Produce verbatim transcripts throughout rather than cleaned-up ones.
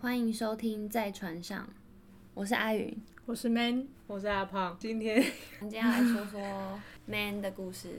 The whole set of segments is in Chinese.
欢迎收听在船上，我是阿云， 我是 Man， 我是阿胖。今天今天要来说说 Man 的故事。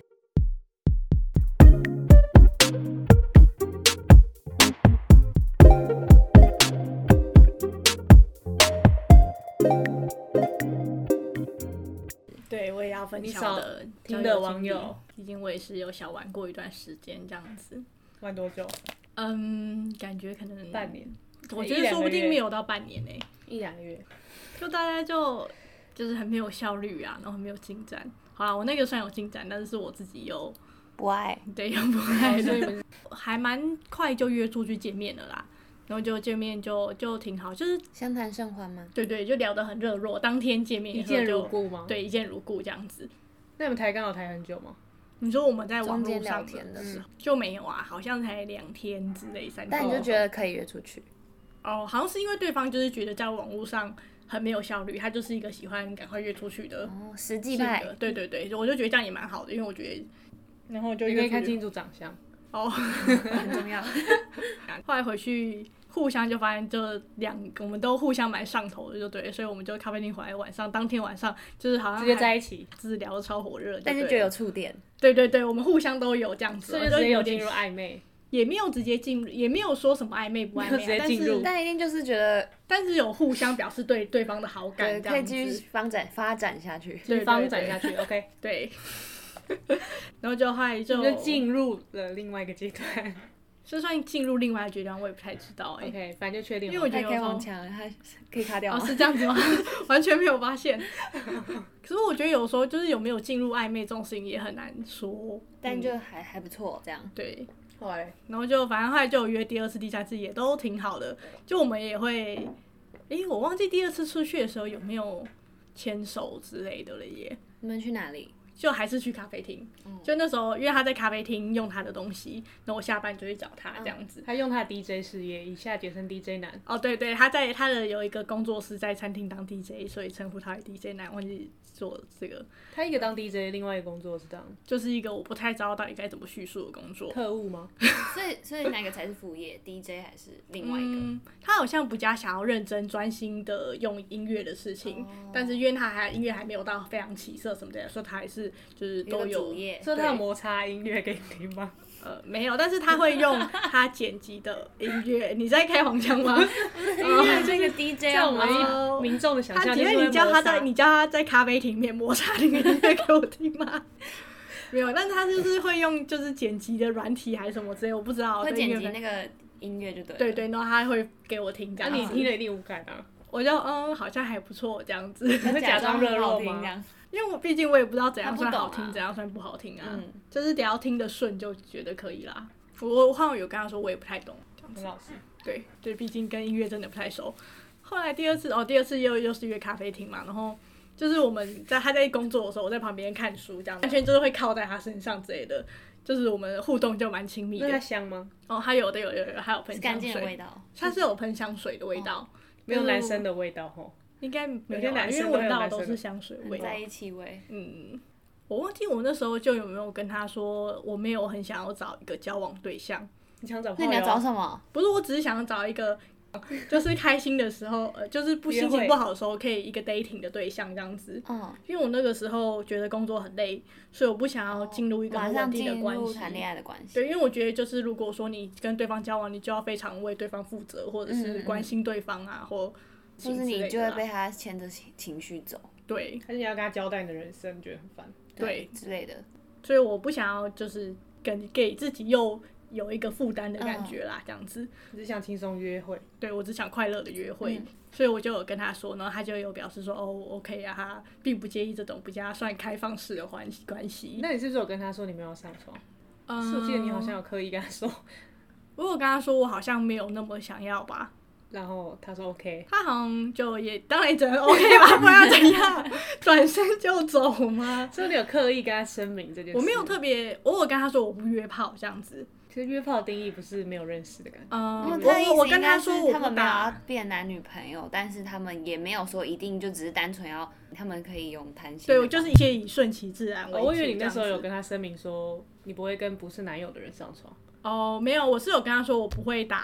对，我也要分享我的听的网友， 毕竟我也是有小玩过一段时间这样子。 玩多久？ 嗯，感觉可能半年， 我觉得说不定没有到半年呢、欸， 一两个月。 就大家就就是很没有效率啊，然后很没有进展。好啦，我那个算有进展，但是是我自己又不爱， 对，又不爱，所以还蛮快就约出去见面了啦。然后就见面就就挺好，就是相谈甚欢吗？ 对对，就聊得很热络。当天见面一见如故吗？ 对，一见如故这样子。 那你们抬杠有抬很久吗？ 你说我们在网络上聊天的时候、 嗯、就没有啊，好像才两天之类三天。 但你就觉得可以约出去？ 哦，好像是因为对方就是觉得在网络上很没有效率，他就是一个喜欢赶快约出去的哦，实际派。 对对对，我就觉得这样也蛮好的，因为我觉得，然后就你可以看清楚长相哦， 很重要。 后来回去互相就发现，就两我们都互相蛮上头的，就对，所以我们就咖啡厅回来晚上，当天晚上就是好像直接在一起， 就是聊得超火热， 但是觉得有触点。 对对对，我们互相都有这样子， 所以就直接有进入暧昧。 也没有直接进入，也没有说什么暧昧不暧昧、啊， 直接进入， 但一定就是觉得， 但是有互相表示对对方的好感， 可以继续发展发展下去， 对， 发展下去 ，OK， 对。然后就后来就就进入了另外一个阶段， 就算进入另外一个阶段，我也不太知道哎、欸。 OK， 反正就确定了， 因为我觉得开黄腔，他可以卡掉吗？ 哦，是这样子吗？完全没有发现。可是我觉得有时候就是有没有进入暧昧这种事情也很难说， 但就还、嗯、还不错这样。 对。 后来， 然后就反正后来就有约第二次、第三次，也都挺好的。就我们也会，哎、欸，我忘记第二次出去的时候有没有牵手之类的了耶。 你们去哪里？ 就还是去咖啡厅、嗯，就那时候，因为他在咖啡厅用他的东西，然后我下班就去找他这样子。 嗯、他用他的 D J 事业，以下简称 D J 男。 哦，对对，他在他的有一个工作室在餐厅当 D J， 所以称呼他为 D J 男。忘记做这个。 他一个当 D J， 另外一个工作是当， 就是一个我不太知道到底该怎么叙述的工作。 特务吗？ 所以所以哪个才是副业 ？D J 还是另外一个？ 嗯，他好像比较想要认真专心的用音乐的事情，哦、但是因为他还音乐还没有到非常起色什么的，所以他还是就是都有。 主业， 所以他有摩擦音乐给你听吗？ 呃，没有，但是他会用他剪辑的音乐。你在开黄腔吗？ 音乐这个 D J 在我们民众的想象， 因为你叫他在你叫他在咖啡厅里面摩擦那个音乐给我听吗？没有，但是他就是会用就是剪辑的软体还是什么之类，我不知道。 会剪辑那个音乐就对了。 对对，然后他会给我听这样子。 那、啊、你听了一定无感啊？ 我就嗯，好像还不错这样子。 你会假装热络吗？ 因为我毕竟我也不知道怎样算好听，怎样算不好听啊。嗯，就是只要听得顺就觉得可以啦。我我好像有跟他说，我也不太懂这样子。 很老实。 对对，毕竟跟音乐真的不太熟。后来第二次哦，第二次又又是约咖啡厅嘛，然后就是我们在他在工作的时候，我在旁边看书，这样完全就是会靠在他身上之类的，就是我们互动就蛮亲密的。 那他香吗？ 哦，他有的有有有，还有喷香水， 干净的味道。 他是有喷香水的味道，哦、 没有男生的味道吼。 应该没有、啊， 有些男生因为闻到的都是香水味道， 在一起味。 嗯，我忘记我那时候就有没有跟他说，我没有很想要找一个交往对象。 你想找？ 那你要找什么？ 不是，我只是想要找一个，就是开心的时候，呃，就是不心情不好的时候，可以一个 dating 的对象这样子。嗯。因为我那个时候觉得工作很累，所以我不想要进入一个很稳定的关系， 马上进入谈恋爱的关系。 对，因为我觉得就是如果说你跟对方交往，你就要非常为对方负责，或者是关心对方啊，嗯、或或是你就会被他牵着情绪走， 对， 而且你要跟他交代你的人生，觉得很烦， 对之类的。 所以我不想要就是跟给自己又有一个负担的感觉啦，嗯、这样子。 我只想轻松约会， 对我只想快乐的约会，嗯、所以我就有跟他说，然后他就有表示说，哦 ，OK 啊，他并不介意这种比较算开放式的关关系。 那你是不是有跟他说你没有上床？嗯，是我记得你好像有刻意跟他说。 我有跟他说，我好像没有那么想要吧。 然后他说 OK， 他好像就也当然只能 OK 吧，不然要怎样？转身就走吗？ 所以你有刻意跟他声明这件事？ 我没有特别，我有跟他说我不约炮这样子。 其实约炮的定义不是没有认识的感觉。 嗯，我我跟他说他们没有要变男女朋友，但是他们也没有说一定就只是单纯要，他们可以用谈心。 对，我就是一切以顺其自然为主。 哦，我以为你那时候有跟他声明说，你不会跟不是男友的人上床。 哦，没有，我是有跟他说我不会打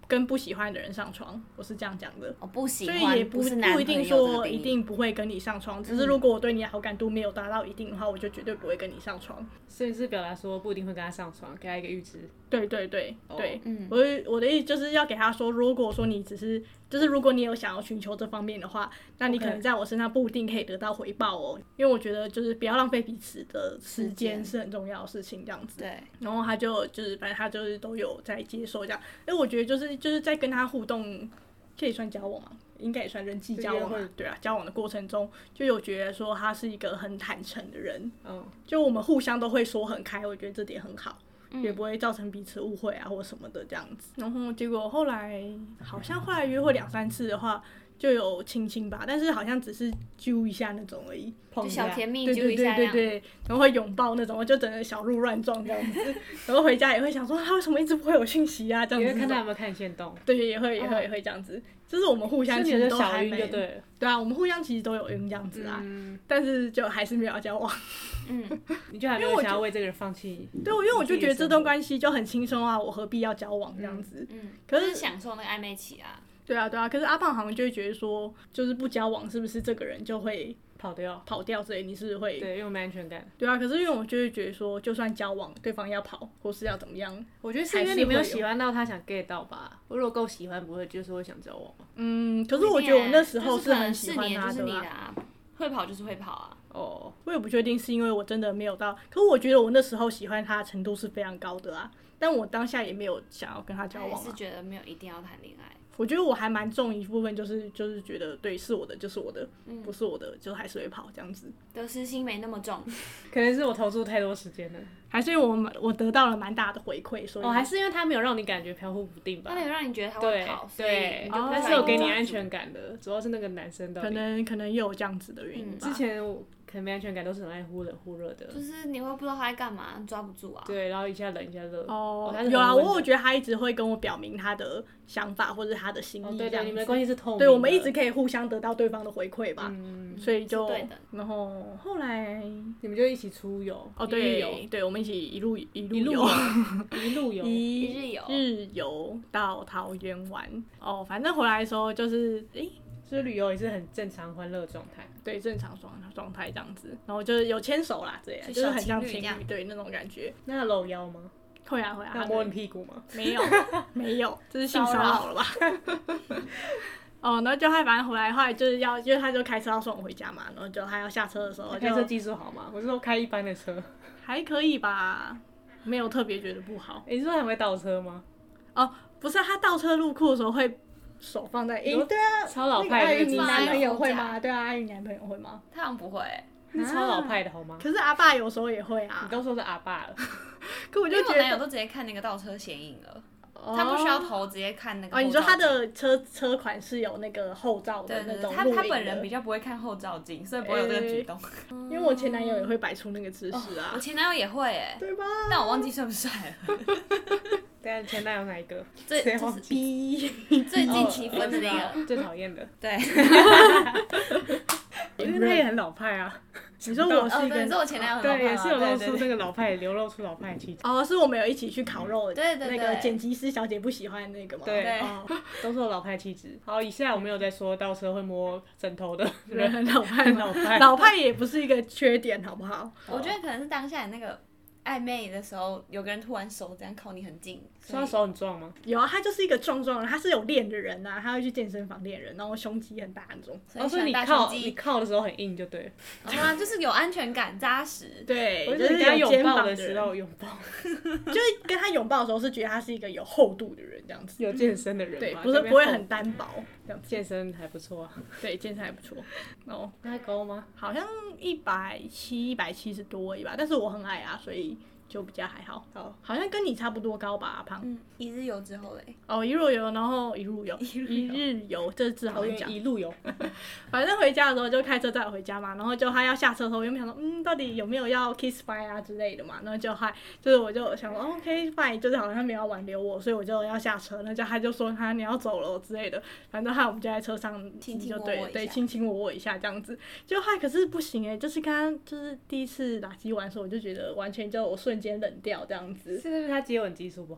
跟不喜欢的人上床，我是这样讲的。 哦，不喜欢， 所以也不不是男不一定朋友说一定不会跟你上床，只是如果我对你的好感度没有达到一定的话，我就绝对不会跟你上床。 所以是表达说不一定会跟他上床，给他一个预知。 对对对对， 嗯， 我的我的意思就是要给他说，如果说你只是就是如果你有想要寻求这方面的话，那你可能在我身上不一定可以得到回报哦，因为我觉得就是不要浪费彼此的时间是很重要的事情，这样子。 对。 然后他就就是反正他就是都有在接受这样，因为我觉得就是就是在跟他互动，可以算交往吗？应该也算人际交往啊，对啊，交往的过程中就有觉得说他是一个很坦诚的人，嗯，就我们互相都会说很开，我觉得这点很好。也不会造成彼此误会啊或什么的这样子，然后结果后来好像后来约会两三次的话就有亲亲吧，但是好像只是揪一下那种而已， 就小甜蜜揪一下， 对对对对，然后会拥抱那种，我就整个小鹿乱撞这样子，然后回家也会想说他为什么一直不会有讯息啊这样子， 也会看他有没有看限动， 对，也会也会也会这样子，就是我们互相其实都还没，对对啊，我们互相其实都有晕这样子啊，嗯、但是就还是没有交往。 嗯，你就还没有想要为这个人放弃？ 对，因为我就觉得这段关系就很轻松啊，我何必要交往这样子？ 嗯， 可是享受那个暧昧期啊。 对啊，对啊，可是阿胖好像就会觉得说，就是不交往是不是这个人就会跑掉？ 跑掉之类，你是不是会？ 对，因为我没安全感。 对啊，可是因为我就会觉得说，就算交往，对方要跑或是要怎么样， 我觉得是因为你没有喜欢到他想 get 到吧？我如果够喜欢，不会就是会想交往吗？ 嗯，可是我觉得我那时候是很喜欢他的啊。会跑就是会跑啊。 哦，我也不确定是因为我真的没有到，可是我觉得我那时候喜欢他的程度是非常高的啊，但我当下也没有想要跟他交往啊。 还是觉得没有一定要谈恋爱。 我觉得我还蛮重一部分就是就是觉得对是我的就是我的，嗯、不是我的就还是会跑这样子。 得失心没那么重， 可能是我投注太多时间了， 还是因为我我得到了蛮大的回馈，所以哦，还是因为他没有让你感觉飘忽不定吧？ 他没有让你觉得他会跑， 对，他是有给你安全感的，主要是那个男生的， 可能可能也有这样子的原因吧。 嗯、之前我可能没安全感，都是很爱忽冷忽热的， 就是你会不知道他在干嘛，抓不住啊。 对，然后一下冷一下热。 哦，有啊，我我觉得他一直会跟我表明他的想法或者他的心意， 对对，你们的关系是透明的， 对，我们一直可以互相得到对方的回馈吧， 嗯， 所以就对的。 然后后来你们就一起出游， 哦，对，对，我们一起一路一路游， 一路游， 一日游， 日游到桃园玩。哦，反正回来的时候就是，诶。 就是旅游也是很正常欢乐的状态， 对，正常状状态这样子，然后就是有牵手啦，对，就是很像情侣，对那种感觉。 那他搂腰吗？ 会啊会啊。 那摸你屁股吗？ 没有没有，这是性骚扰了吧？哦，然后就他反正回来，后来就是要，因为他就开车要送我回家嘛，然后就他要下车的时候， 开车技术好吗？我是说开一般的车， 还可以吧，没有特别觉得不好。 你是说他会倒车吗？ 哦，不是，他倒车入库的时候会。手放在，诶、欸，对啊， 超老派的， 你男朋友会吗？对啊，你男朋友会吗？ 他好像不会、欸， 是超老派的好吗？ 可是阿爸有时候也会啊。 你都说是阿爸了， 可我就觉得， 我男友都直接看那个倒车显影了，哦、他不需要头，直接看那个后照镜。 哦，你说他的车车款是有那个后照的那种录影的， 对对对，他他本人比较不会看后照镜，所以不会有这个举动。 欸、因为我前男友也会摆出那个姿势啊、 哦，我前男友也会诶、欸， 对吧？ 但我忘记帅不帅了。 对啊，前男友哪一个？ 最忘记最近期分的那个， 最讨厌的。 对。 因为他也很老派啊。 你说我是一个， 你说我前男友很老派， 对，也是有露出那个老派，流露出老派的气质。 哦，是我们有一起去烤肉， 对对对， 那个剪辑师小姐不喜欢那个嘛？ 对，都是有老派气质。好，以下我没有在说倒车会摸枕头的人很老派， 老派， 老派也不是一个缺点，好不好？ 我觉得可能是当下那个。暧昧的时候，有个人突然手这样靠你很近， 所以他手很壮吗？ 有啊，他就是一个壮壮的，他是有练的人啊，他会去健身房练人，然后胸肌很大那种。 哦，所以你靠你靠的时候很硬就对了。 哦啊，就是有安全感，扎实。 对， 就是跟他拥抱的时候拥抱， 就是跟他拥抱的时候是觉得他是一个有厚度的人这样子， 有健身的人， 对，不是不会很单薄这样。 健身还不错啊， 对，健身还不错。哦， 他高吗？ 好像一百七、一百七十多而已吧，但是我很矮啊，所以。就比较还好，好，好像跟你差不多高吧，阿胖。 嗯，一日游之后嘞。 哦，一路游，然后一路游，一日游，这字好像讲。 一路游。 反正回家的时候就开车载我回家嘛，然后就他要下车的时候，我原本想说，嗯，到底有没有要 kiss bye 啊之类的嘛，然后就还就是我就想说 ，OK bye，就是好像没有要挽留我，所以我就要下车，那就他就说他你要走了之类的，反正害我们就在车上亲亲就对对亲亲我我一下这样子，就还可是不行哎、欸，就是刚刚就是第一次打击完的时候，我就觉得完全就我瞬间冷掉这样。 是不是他接吻技术不好？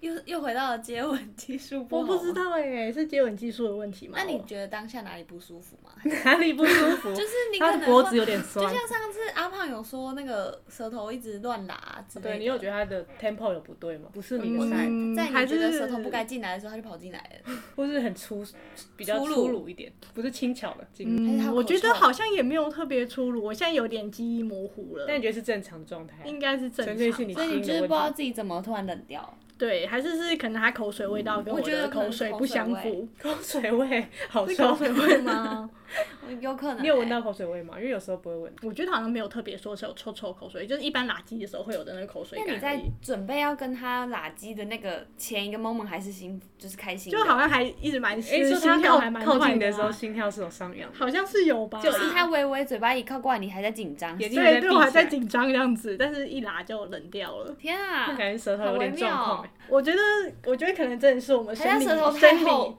又又回到了接吻技术不好吗。 我不知道哎、欸，是接吻技术的问题吗？ 那你觉得当下哪里不舒服吗？ 哪里不舒服？ 就是你可能他的脖子有点酸， 就像上次阿胖有说那个舌头一直乱拉之类的。 对你有觉得他的 tempo 有不对吗？不是你的 side，、 嗯在还是你觉得舌头不该进来的时候，他就跑进来了。 或是很粗，比较粗鲁一点，不是轻巧的进入。 还是他嗯， 有口臭我觉得好像也没有特别粗鲁，我现在有点记忆模糊了。 但你觉得是正常的状态？ 应该是正常， 纯粹是你所以你就是不知道自己怎么突然冷掉。 对，还是是可能他口水味道跟我觉得的口水不相可能符。 口水味好臭是口，水味吗？ 有可能、欸。 你有闻到口水味吗？因为有时候不会闻。 我觉得好像没有特别说是有臭臭口水，就是一般拉鸡的时候会有的那个口水那你在感而已。 准备要跟他拉鸡的那个前一个 moment 还是心就是开心的？ 就好像还一直蛮， 哎、 心说他靠跳还蛮靠快的近的时候， 啊心跳是有上扬的， 好像是有吧？ 就是他微微嘴巴一靠过来，你还在紧张。 对对， 眼睛还在闭我还在起来紧张这样子，但是一拉就冷掉了。 天啊！ 那感觉舌头有点状况、欸。 我觉得，我觉得可能真的是我们生理还是舌头生理， 太厚。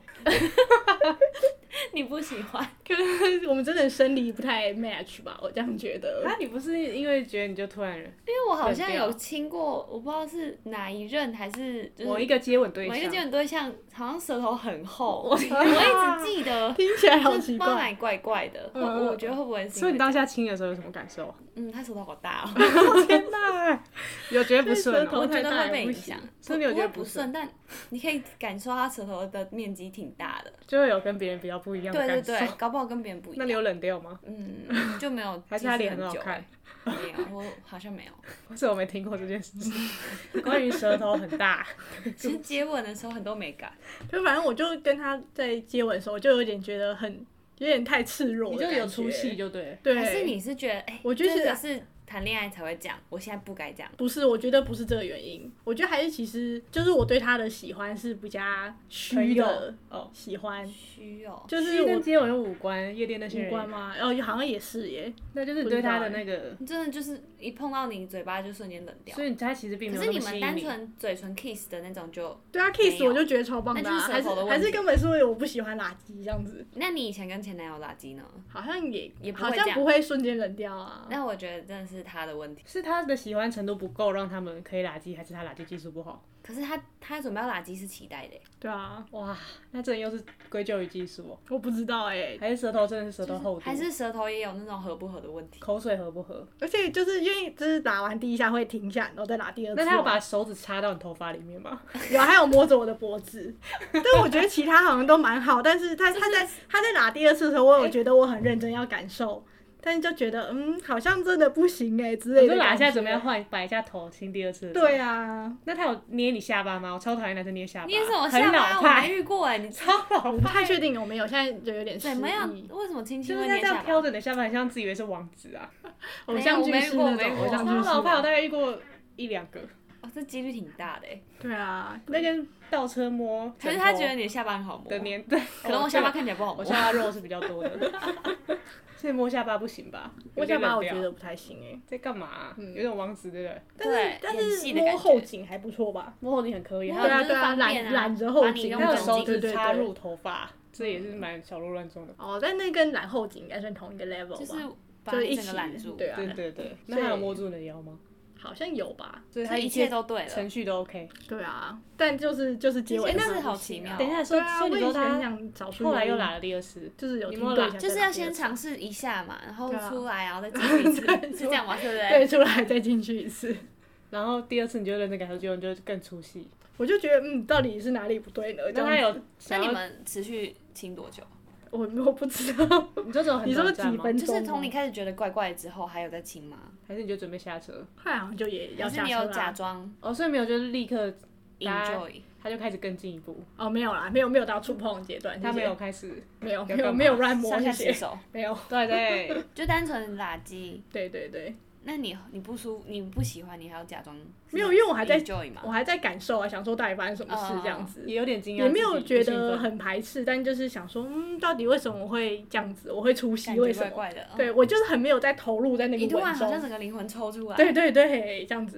你不喜欢？ 可能我们真的生理不太 match 吧，我这样觉得。 啊，你不是因为觉得你就突然因为我好像有亲过，我不知道是哪一任还是就是某一个接吻对象， 某一个接吻对象，好像舌头很厚，我一直记得， 听起来好就是奇怪。 不知道哪里怪怪的。我嗯我觉得会不会是因为？ 所以你当下亲的时候有什么感受？ 嗯，他舌头好大哦。 天哪，有觉得不顺哦、 舌头我觉得太大会被也不行影响， 所以你有不觉得不会不顺，但你可以感受他舌头的面积挺大的。 就会有跟别人比较不一样的对对感受。 对，搞不好跟别人不一样。 那你有冷掉吗？ 嗯，就没有。 还是他脸很好看？ 没有，我好像没有。 或是我没听过这件事情，关于舌头很大。 其实接吻的时候很多美感。 就反正我就跟他在接吻的时候，我就有点觉得很有点太赤裸你的感觉， 就有出戏就对了。 对， 还是你是觉得，哎、 我觉得是这个是谈恋爱才会这样，我现在不该这样。 不是，我觉得不是这个原因，我觉得还是其实就是我对他的喜欢是比较虚的哦， 喜欢， 虚哦， 就是我虚跟接吻又无关，夜店那些人无关吗？哦，好像也是耶， 那就是你对他的那个， 你真的就是一碰到你嘴巴就瞬间冷掉。 所以他其实并没可是你们有那么吸引单纯嘴唇 kiss 的那种就， 对啊，kiss 我就觉得超棒的、啊， 那就是还是舌头的问题还是根本是因为我不喜欢垃圾这样子， 那你以前跟前男友垃圾呢？ 好像也也不会这样好像不会瞬间冷掉啊。 那我觉得真的是他的问题。 是他的喜欢程度不够，让他们可以拉鸡，还是他拉鸡技术不好？ 可是他他准备要垃圾是期待的耶， 对啊， 哇，那这又是归咎于技术哦， 我不知道哎、 还是舌头真的是舌头厚度， 还是舌头也有那种合不合的问题。 口水合不合？ 而且就是因为就是打完第一下会停下，然后再打第二次。 那他有把手指插到你头发里面吗？ 有，还有摸着我的脖子，但我觉得其他好像都蛮好，但是他他在他在打第二次的时候，我有觉得我很认真要感受，但是就觉得嗯，好像真的不行哎、之类的。 我就拉下准备要换摆一下头亲第二次的时候。 对啊， 那他有捏你下巴吗？我超讨厌男生捏下巴， 你也是我很下巴，我老派没遇过哎，你超老我不太确定有没有，现在就有点失怎么样？ 忆。 为什么亲亲就是他这样会捏下巴？ 飘着你的下巴，很像自以为是王子啊。 偶像剧是那种偶像剧是超老派，我大概遇过一两个。 哦，这几率挺大的哎。 对啊， 那跟倒车摸， 可是他觉得你的下巴很好摸的年代， 可能我下巴看起来不好摸。 我下巴肉是比较多的，所以摸下巴不行吧？ 摸下巴我有点冷掉觉得不太行哎、 在干嘛啊？有点王子对不对？ 但是对但演戏是摸的感觉后颈还不错吧？ 摸后颈很可以， 摸还有对啊对啊， 就是方便啊揽揽着后把你颈， 用枕还有手巾指插入头发，这也是蛮小鹿乱撞的。 哦，但那跟揽后颈应该算同一个 level 吧？ 就是把就是一起你整个揽住。 对啊， 对对对，那所以他有摸住你的腰吗？ 好像有吧？ 所以他一切都对了。 程序都 OK。 对啊，但就是就是结尾哎那是的时候好奇妙等一下， 对所以啊， 所以你说我以前很他想找出后来又原因来了第二次， 就是有你摸了听对一下就是要先再打第二次尝试一下嘛，然后对啊出来，然后再继续一次，是这样吗？对不对？ 对，出来再进去一次， 然后第二次你就认真感受，结果你就更出戏。 我就觉得嗯，到底是哪里不对呢？ 那他有那想要， 你们持续亲多久？ 我我不知道， 你说只有很你说短暂吗？ 几分钟？ 就是从你开始觉得怪怪之后，还有在亲吗？ 还是你就准备下车？ 后来好像就也要还是下车啦你有假装哦，所以没有，就是立刻大家 enjoy？ 他就开始更进一步， 哦，没有啦，没有没有到触碰的阶段， 他没谢谢有开始， 没有要干嘛没有没有乱摸， 上下谢谢， 其手， 没有， 对对， 就单纯垃圾。 对对对， 那你你不舒服，你不喜欢，你还要假装没有，因为我还在 enjoy 嘛我。还在感受啊，想说到底发生什么事这样子。 也有点惊讶， 也没有觉得自己不兴奋很排斥，但就是想说，嗯，到底为什么我会这样子？我会出戏， 感觉为什么？ 怪怪的。嗯对我就是很没有在投入在那你个吻中突然好像。整个灵魂抽出来。 对对对，这样子。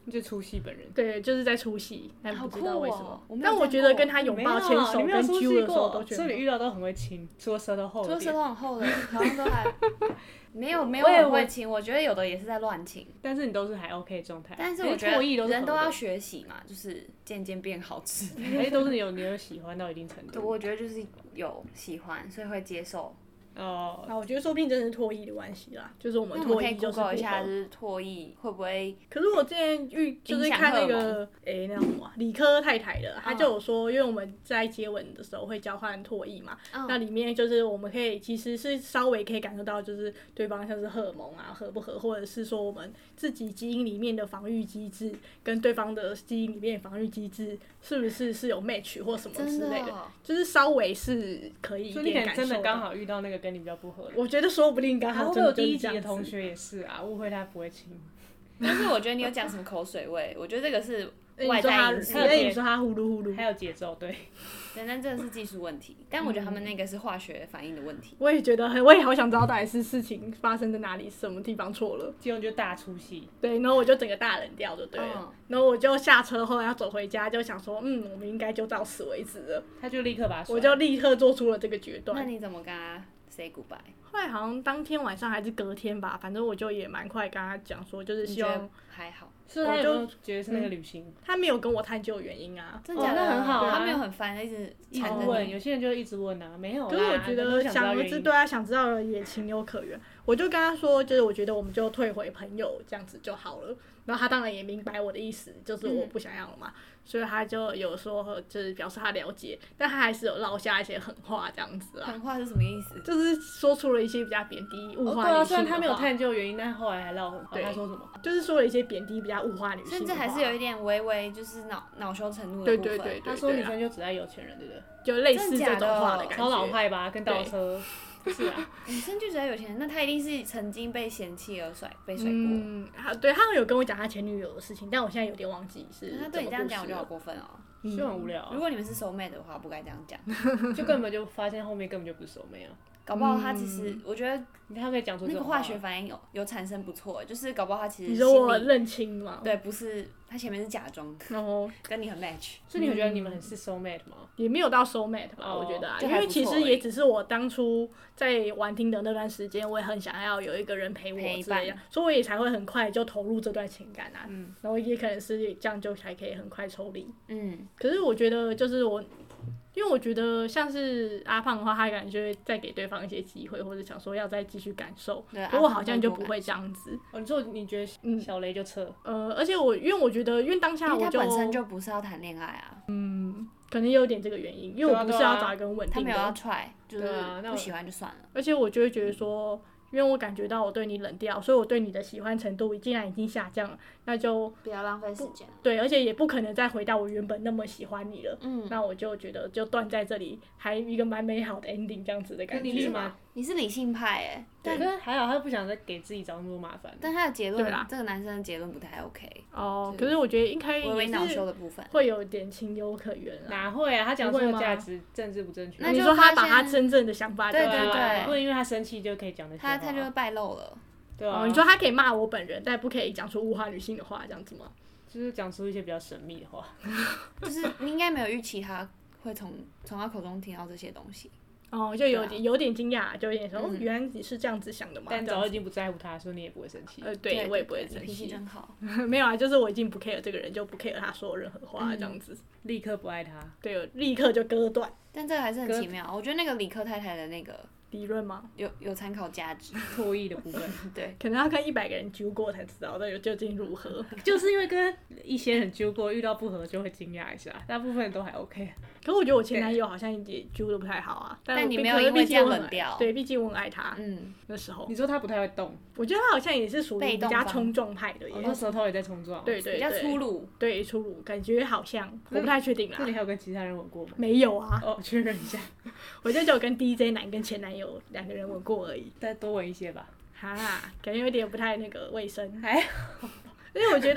就出戏本人。 对，就是在出戏，但不知道为什么。 好酷哦， 但我觉得跟他拥抱、牵手、跟揪的时候都觉得， 所以你遇到都很会亲，除了舌头厚的。 除了舌头很厚的，好像都还没有没有很会亲，我觉得有的也是在乱亲。 但是你都是还 OK 状态。 但是我觉得人都要学习嘛，就是渐渐变好吃。 哎，都是你有你有喜欢到一定程度。 我觉得就是有喜欢，所以会接受。 哦，啊，我觉得说不定真的是脱衣的关系啦，就是我们脱衣就是。 那我们可以 Google 一下，就是脱衣会不会？ 可是我之前遇就是看那个诶、欸、那叫什么理科太太的，他就有说，因为我们在接吻的时候会交换唾液嘛，嗯、那里面就是我们可以其实是稍微可以感受到，就是对方像是荷尔蒙啊合不合，或者是说我们自己基因里面的防御机制跟对方的基因里面的防御机制是不是是有 match 或什么之类的， 的就是稍微是可以一点感受到。所以你真的刚好遇到那个跟你比较不合的。 我觉得说不定刚好真的就是这样子。 我第一集的同学也是啊，误会他不会亲。 但是我觉得你有讲什么口水味，我觉得这个是外在因素。 你说他呼噜呼噜， 还有节奏，对。 对，但这个是技术问题，但我觉得他们那个是化学反应的问题。 我也觉得很，我也好想知道到底是事情发生在哪里，什么地方错了。 结果就大出戏。 对，然后我就整个大冷掉就对了。嗯、然后我就下车后要走回家，就想说，嗯，我们应该就到此为止了。 他就立刻把他甩了， 我就立刻做出了这个决断。 那你怎么跟他 say goodbye？ 后来好像当天晚上还是隔天吧，反正我就也蛮快跟他讲说，就是希望还好。 是他有没有觉得是那个旅行、嗯？ 他没有跟我探究原因啊， 真的假的？ 那很好啊， 他没有很烦，一直一直问。有些人就一直问啊，没有啦。 可是我觉得想知对啊，想知道了也情有可原。我就跟他说，就是我觉得我们就退回朋友这样子就好了。然后他当然也明白我的意思，就是我不想要了嘛，嗯、所以他就有说就是表示他了解，但他还是有落下一些狠话这样子啦。 狠话是什么意思？ 就是说出了一些比较贬低、物化女性的话。 哦、对啊，虽然他没有探究原因，但后来还落狠话。他说什么？ 就是说了一些贬低、比较物化女性的话。 甚至还是有一点微微就是恼恼羞成怒的部分。 对对 对, 对, 对, 对他说女生就只爱有钱人，对不对？ 就类似这种话的感觉。 超老派吧，跟倒车。是啊， 女生就只要有钱人，那他一定是曾经被嫌弃而甩被甩过。 嗯，对，他有跟我讲他前女友的事情，但我现在有点忘记是。 他对你这样讲，我觉得好过分哦、喔， 嗯、就很无聊、啊。 如果你们是soul mate的话，不该这样讲， 就根本就发现后面根本就不是soul mate啊。 搞不好他其实，嗯、我觉得他可以讲出那个化学反应有有产生不错，就是搞不好他其实你说我认清吗？ 对，不是他前面是假装的， 哦， 跟你很 match。 所以你会觉得你们很是 soul mate 吗？ 也没有到 soul mate 吧，哦、我觉得啊，因为其实也只是我当初在玩听的那段时间，我也很想要有一个人陪我之类的，所以我也才会很快就投入这段情感啊。嗯，然后也可能是这样就才可以很快抽离。嗯，可是我觉得就是我。因为我觉得像是阿胖的话，他感觉再给对方一些机会，或者想说要再继续感受。不过好像就不会这样子。 哦，你说你觉得小雷就撤？ 嗯、呃，而且我因为我觉得，因为当下我就因为他本身就不是要谈恋爱啊。 嗯，可能也有点这个原因，因为我不是要找一个稳定的。 他没有要 try， 就是不喜欢就算了。 而且我就会觉得说。因为我感觉到我对你冷掉，所以我对你的喜欢程度竟然已经下降了，那就不要浪费时间。 对，而且也不可能再回到我原本那么喜欢你了。嗯，那我就觉得就断在这里，还一个蛮美好的 ending 这样子的感觉。 你是理性派哎、欸， 对，可是还好他不想再给自己找那么多麻烦。 但他的结论，这个男生的结论不太 OK。 哦，可是我觉得应该微微恼羞的部分会有点情有可原啊。 哪会啊？他讲出的价值政治不正确。 那你说他把他真正的想法对对对， 不能因为他生气就可以讲那些话。 他他就会败露了。 对啊、哦，你说他可以骂我本人，但不可以讲出物化女性的话，这样子吗？ 就是讲出一些比较神秘的话。 就是你应该没有预期他会从从他口中听到这些东西。 哦，就有点、啊、有点惊讶，就有点说、嗯、哦，原来你是这样子想的嘛。 但早已经不在乎他，所以你也不会生气。 呃，对，对我也不会生气。 脾气真好。 没有啊，就是我已经不 care 这个人，就不 care 他说任何话、嗯、这样子， 立刻不爱他。 对，立刻就割断。 但这个还是很奇妙，我觉得那个理科太太的那个。 理论吗？ 有有参考价值， 脱衣的部分， 对， 可能要跟一百个人揪过才知道到底究竟如何。 就是因为跟一些人揪过，遇到不合就会惊讶一下，大部分人都还 OK。 可是我觉得我前男友好像也揪的不太好啊，但, 但你没有因为这样冷掉， 对，毕竟我很爱他。嗯，那时候你说他不太会动， 我觉得他好像也是属于比较冲撞派的耶， 哦，那舌头也在冲撞， 对 对, 对，比较粗鲁， 对粗鲁，感觉好像我不太确定啦。 那你还有跟其他人吻过吗？ 没有啊。 哦，确认一下， 我就只有跟 D J 男跟前男友两个人吻过而已。 再多吻一些吧。 哈，感觉有点不太那个卫生。 还因为我觉得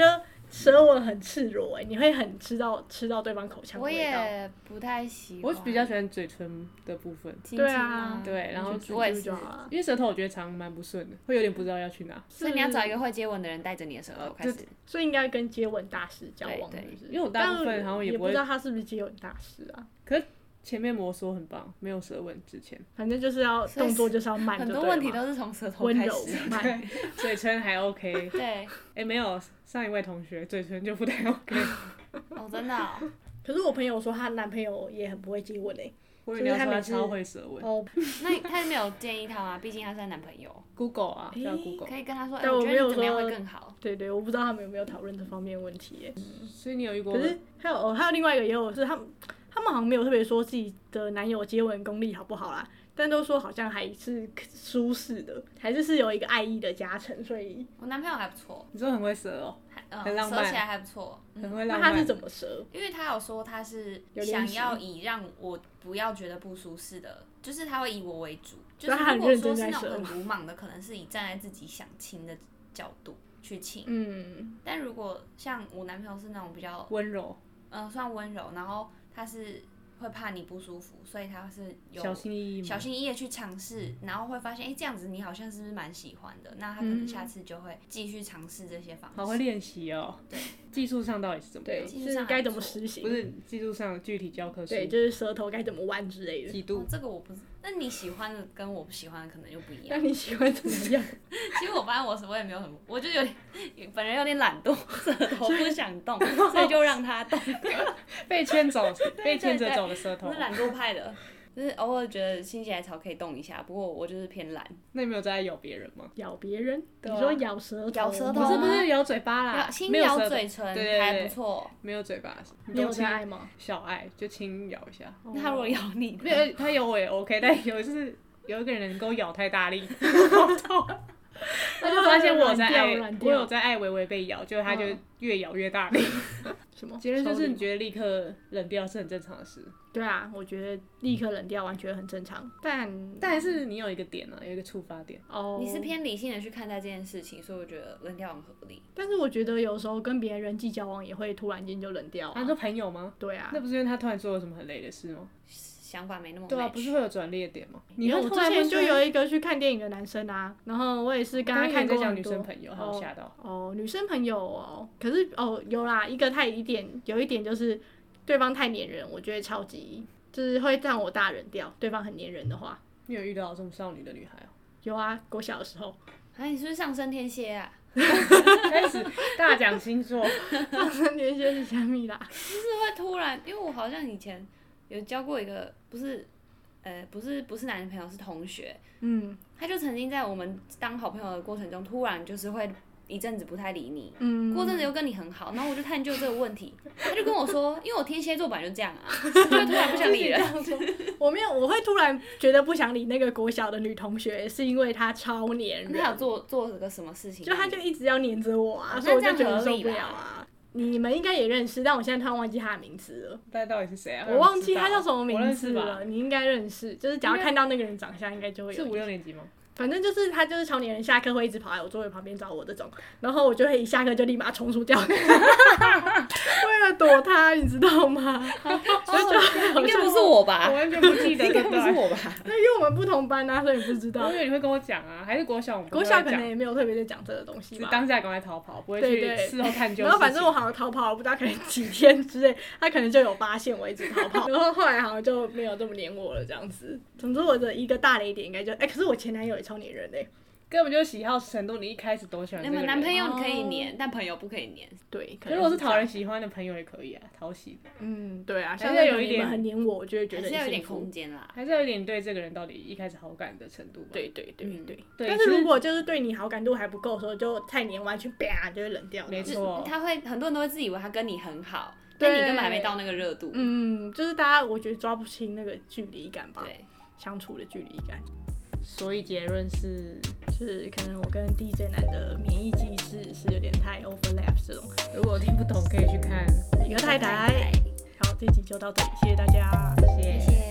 舌吻很赤裸哎、欸，你会很吃到吃到对方口腔的味道。 我也不太喜欢， 我比较喜欢嘴唇的部分。 对啊， 对，然后我也是， 因为舌头我觉得常蛮不顺的，会有点不知道要去哪。 所以你要找一个会接吻的人带着你的舌头开始。 所以应该跟接吻大师交往， 对对， 因为我大部分好像也不会， 也不知道他是不是接吻大师啊。 可是前面摩挲很棒，没有舌吻之前， 反正就是要动作就是要慢就对了， 很多问题都是从舌头开始， 慢， 嘴唇还 OK。 对， 哎、欸，没有上一位同学嘴唇就不太 OK。 哦，真的、哦。 可是我朋友说她男朋友也很不会接吻诶、欸。 我以为他们超会舌吻哦，那他没有建议他吗？毕竟他是他男朋友。 Google 啊，叫 Google， 可以跟他说，哎、 欸， 我觉得你怎么样会更好？ 对对，我不知道他们有没有讨论这方面问题耶、欸。 嗯，所以你有遇过？ 可是还有哦，还有另外一个也有是他们，他们好像没有特别说自己的男友接吻功力好不好啦，但都说好像还是舒适的，还是是有一个爱意的加成，所以我男朋友还不错。 你说很会舌哦、 嗯， 很浪漫， 舌起来还不错， 嗯、很会浪漫。 那他是怎么舌？ 因为他有说他是想要以让我不要觉得不舒适的，就是他会以我为主。就是如果说是那种很鲁莽的，可能是以站在自己想亲的角度去亲。 嗯。 但如果像我男朋友是那种比较温柔， 嗯、呃，算温柔，然后他是会怕你不舒服，所以他是有小心翼翼、 小心翼翼的去尝试，然后会发现，哎、欸，这样子你好像是不是蛮喜欢的？那他可能下次就会继续尝试这些方式。 好会练习哦。对，技术上到底是怎么样？ 对，是该怎么实行？ 不是技术上具体教科书。 对，就是舌头该怎么弯之类的。 几度、 哦？这个我不是。那你喜欢的跟我不喜欢的可能又不一样。 那你喜欢怎么样？ 其实我发现我我也没有很，我就有点本人有点懒惰，舌头不想动，所以就让他动。 被牵走，被牵着走的舌头。 我是懒惰派的。就是偶尔觉得心血来潮可以动一下，不过我就是偏懒。 那你没有在咬别人吗？ 咬别人？你说咬舌头？ 咬舌头？ 不是不是咬嘴巴啦， 轻咬嘴唇还不错。 没有嘴巴， 你有在爱吗？ 小爱就轻咬一下。 那他如果咬你， 没有他咬我也 OK， 但有就是有一个人能够咬太大力，好痛。他就发现我在爱，我有在爱微微被咬，就他就越咬越大力。 什么？ 结论就是你觉得立刻冷掉是很正常的事。 对啊，我觉得立刻冷掉完全很正常，但但还是你有一个点啊，有一个触发点。 哦， 你是偏理性的去看待这件事情，所以我觉得冷掉很合理。 但是我觉得有时候跟别人人际交往也会突然间就冷掉啊。 啊，你说朋友吗？ 对啊。 那不是因为他突然做了什么很累的事吗？ 想法没那么对啊，不是会有转捩点吗？ 你我之前就有一个去看电影的男生啊，然后我也是跟他看过很多。 女生朋友，他有吓到。 哦，女生朋友哦，可是哦有啦，一个他一点有一点就是对方太黏人，我觉得超级就是会让我大人掉。对方很黏人的话， 你有遇到这么少女的女孩哦？ 有啊，国小的时候。 啊，你是不是上升天蝎啊？ 开始大讲星座， 上升天蝎是虾米啦？ 就是会突然，因为我好像以前有交过一个，不是，呃，不是不是男朋友，是同学。嗯。他就曾经在我们当好朋友的过程中，突然就是会一阵子不太理你，嗯，过阵子又跟你很好，然后我就探究这个问题，他就跟我说，因为我天蝎座本来就这样啊，就会突然不想理人。 我没有，我会突然觉得不想理那个国小的女同学，是因为她超黏人。 他有做做了个什么事情？ 就她就一直要黏着我啊，所以我就觉得受不了啊。你们应该也认识，但我现在突然忘记他的名字了。 但到底是谁啊？ 我忘记他叫什么名字了。你应该认识，就是只要看到那个人长相，应该就会有。 是五六年级吗？ 反正就是他就是超黏人，下课会一直跑来我座位旁边找我这种，然后我就会一下课就立马冲出教室，为了躲他，你知道吗？ 所以就应该不是我吧？ 我完全不记得， 应该不是我吧？ 那因为我们不同班啊，所以你不知道。 我以为你会跟我讲啊，还是国小我们国小可能也没有特别在讲这个东西吧。 是当下赶快逃跑，不会去事后探究。 然后反正我好像逃跑了，不知道可能几天之类，他可能就有发现我一直逃跑，然后后来好像就没有这么黏我了这样子。总之我的一个大雷点应该就，哎、欸，可是我前男友也超黏人的、欸。 根本就是喜好程度，你一开始多喜欢这个人。 男朋友你可以黏，哦、但朋友不可以黏。 对， 可是如果是讨人喜欢的朋友也可以啊，讨喜的。 嗯，对啊，还是有一点很黏我，我就会觉得还是要有点空间啦， 还是要有点对这个人到底一开始好感的程度吧。 对对对对、嗯、 对。 但是如果就是对你好感度还不够的时候，就太黏，完全啪就会冷掉。 没错， 他会很多人都会自以为他跟你很好，但你根本还没到那个热度。 嗯，就是大家我觉得抓不清那个距离感吧， 对， 相处的距离感。 所以结论是， 是可能我跟 D J 男的免疫机制是有点太 overlap 这种。 如果听不懂，可以去看一个太太。好，这集就到这里，谢谢大家， 谢谢。